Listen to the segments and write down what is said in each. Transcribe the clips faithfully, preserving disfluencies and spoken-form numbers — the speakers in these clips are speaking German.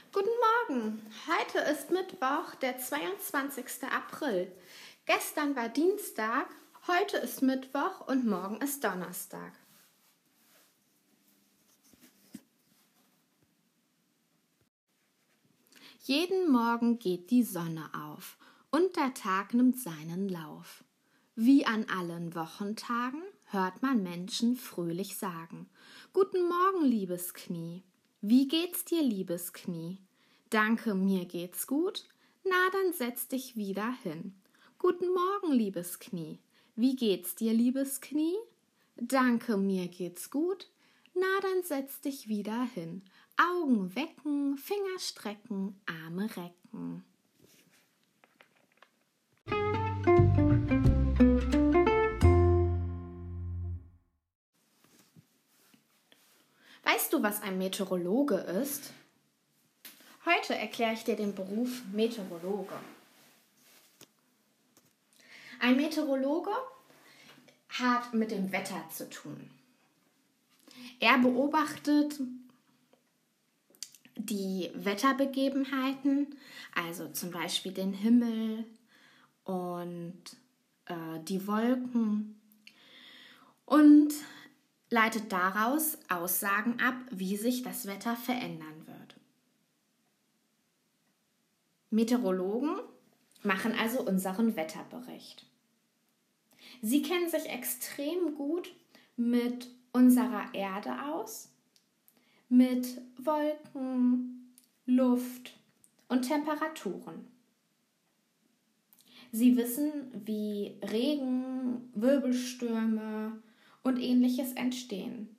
Guten Morgen, heute ist Mittwoch, der zweiundzwanzigster April. Gestern war Dienstag, heute ist Mittwoch und morgen ist Donnerstag. Jeden Morgen geht die Sonne auf und der Tag nimmt seinen Lauf. Wie an allen Wochentagen hört man Menschen fröhlich sagen: Guten Morgen, liebes Knie. Wie geht's dir, liebes Knie? Danke, mir geht's gut. Na, dann setz dich wieder hin. Guten Morgen, liebes Knie. Wie geht's dir, liebes Knie? Danke, mir geht's gut. Na, dann setz dich wieder hin. Augen wecken, Finger strecken, Arme recken. Weißt du, was ein Meteorologe ist? Heute erkläre ich dir den Beruf Meteorologe. Ein Meteorologe hat mit dem Wetter zu tun. Er beobachtet die Wetterbegebenheiten, also zum Beispiel den Himmel und äh, die Wolken, und leitet daraus Aussagen ab, wie sich das Wetter verändern wird. Meteorologen machen also unseren Wetterbericht. Sie kennen sich extrem gut mit unserer Erde aus, mit Wolken, Luft und Temperaturen. Sie wissen, wie Regen, Wirbelstürme und Ähnliches entstehen.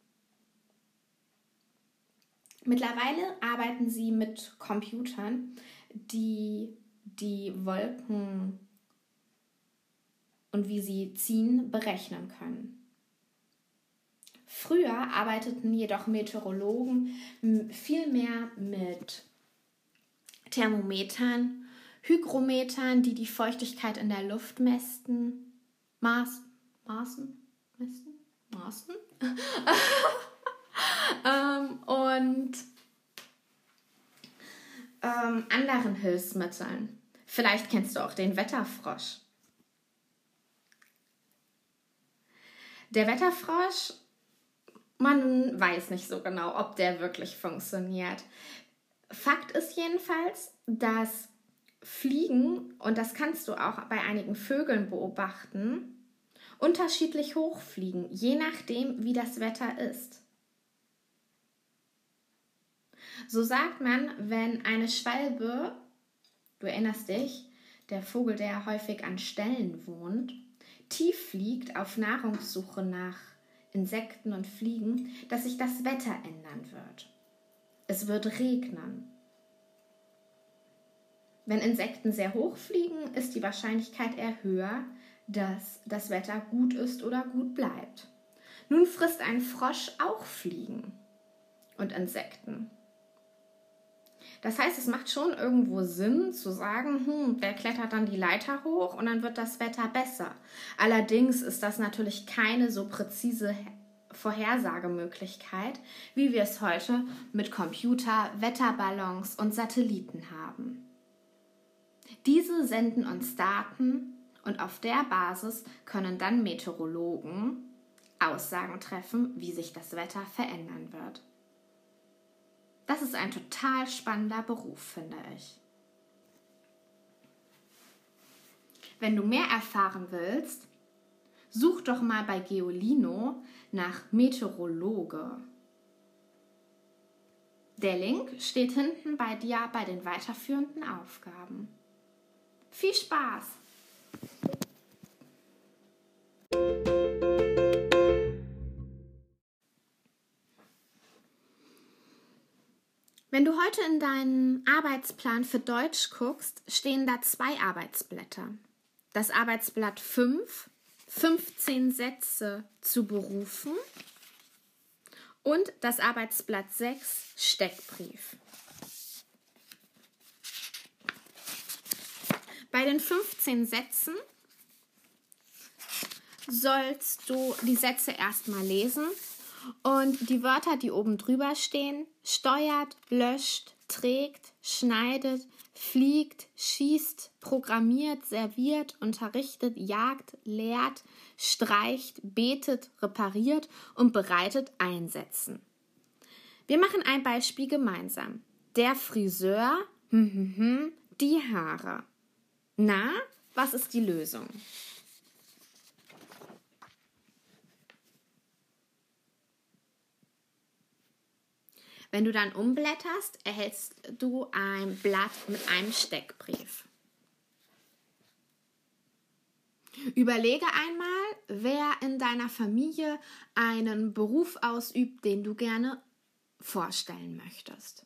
Mittlerweile arbeiten sie mit Computern, die die Wolken und wie sie ziehen berechnen können. Früher arbeiteten jedoch Meteorologen viel mehr mit Thermometern, Hygrometern, die die Feuchtigkeit in der Luft messen, maß, maßen, messen, maßen, ähm, und ähm, anderen Hilfsmitteln. Vielleicht kennst du auch den Wetterfrosch. Der Wetterfrosch, man weiß nicht so genau, ob der wirklich funktioniert. Fakt ist jedenfalls, dass Fliegen, und das kannst du auch bei einigen Vögeln beobachten, unterschiedlich hoch fliegen, je nachdem, wie das Wetter ist. So sagt man, wenn eine Schwalbe, du erinnerst dich, der Vogel, der häufig an Ställen wohnt, tief fliegt auf Nahrungssuche nach Insekten und Fliegen, dass sich das Wetter ändern wird. Es wird regnen. Wenn Insekten sehr hoch fliegen, ist die Wahrscheinlichkeit eher höher, dass das Wetter gut ist oder gut bleibt. Nun frisst ein Frosch auch Fliegen und Insekten. Das heißt, es macht schon irgendwo Sinn zu sagen, hm, wer klettert dann die Leiter hoch und dann wird das Wetter besser. Allerdings ist das natürlich keine so präzise Vorhersagemöglichkeit, wie wir es heute mit Computer, Wetterballons und Satelliten haben. Diese senden uns Daten und auf der Basis können dann Meteorologen Aussagen treffen, wie sich das Wetter verändern wird. Das ist ein total spannender Beruf, finde ich. Wenn du mehr erfahren willst, such doch mal bei Geolino nach Meteorologe. Der Link steht hinten bei dir bei den weiterführenden Aufgaben. Viel Spaß! Wenn du heute in deinen Arbeitsplan für Deutsch guckst, stehen da zwei Arbeitsblätter. Das Arbeitsblatt fünf, fünfzehn Sätze zu Berufen, und das Arbeitsblatt sechs, Steckbrief. Bei den fünfzehn Sätzen sollst du die Sätze erstmal lesen und die Wörter, die oben drüber stehen, steuert, löscht, trägt, schneidet, fliegt, schießt, programmiert, serviert, unterrichtet, jagt, lehrt, streicht, betet, repariert und bereitet einsetzen. Wir machen ein Beispiel gemeinsam. Der Friseur, hm, hm, hm, die Haare. Na, was ist die Lösung? Wenn du dann umblätterst, erhältst du ein Blatt mit einem Steckbrief. Überlege einmal, wer in deiner Familie einen Beruf ausübt, den du gerne vorstellen möchtest.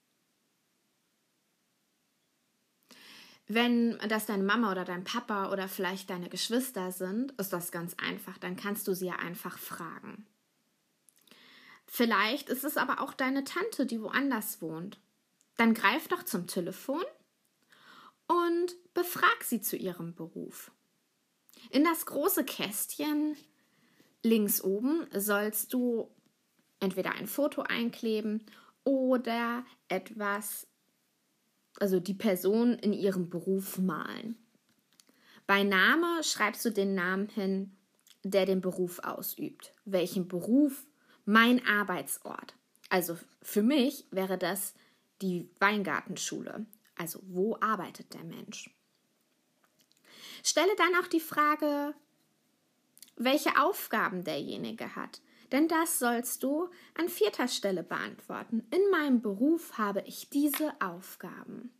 Wenn das deine Mama oder dein Papa oder vielleicht deine Geschwister sind, ist das ganz einfach. Dann kannst du sie ja einfach fragen. Vielleicht ist es aber auch deine Tante, die woanders wohnt. Dann greif doch zum Telefon und befrag sie zu ihrem Beruf. In das große Kästchen links oben sollst du entweder ein Foto einkleben oder etwas, also die Person in ihrem Beruf malen. Bei Name schreibst du den Namen hin, der den Beruf ausübt. Welchen Beruf? Mein Arbeitsort. Also für mich wäre das die Weingartenschule. Also wo arbeitet der Mensch? Stelle dann auch die Frage, welche Aufgaben derjenige hat. Denn das sollst du an vierter Stelle beantworten. In meinem Beruf habe ich diese Aufgaben.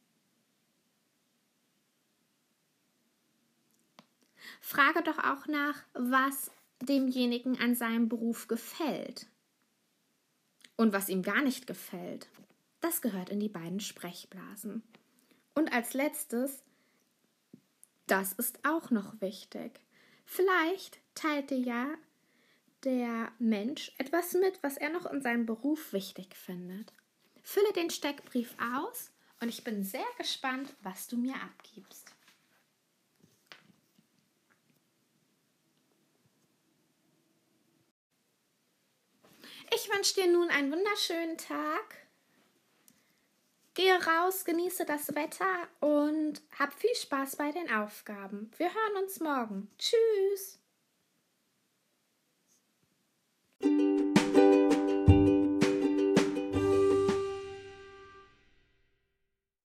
Frage doch auch nach, was demjenigen an seinem Beruf gefällt. Und was ihm gar nicht gefällt, das gehört in die beiden Sprechblasen. Und als letztes, das ist auch noch wichtig. Vielleicht teilt dir ja der Mensch etwas mit, was er noch in seinem Beruf wichtig findet. Fülle den Steckbrief aus und ich bin sehr gespannt, was du mir abgibst. Ich wünsche dir nun einen wunderschönen Tag. Gehe raus, genieße das Wetter und hab viel Spaß bei den Aufgaben. Wir hören uns morgen. Tschüss!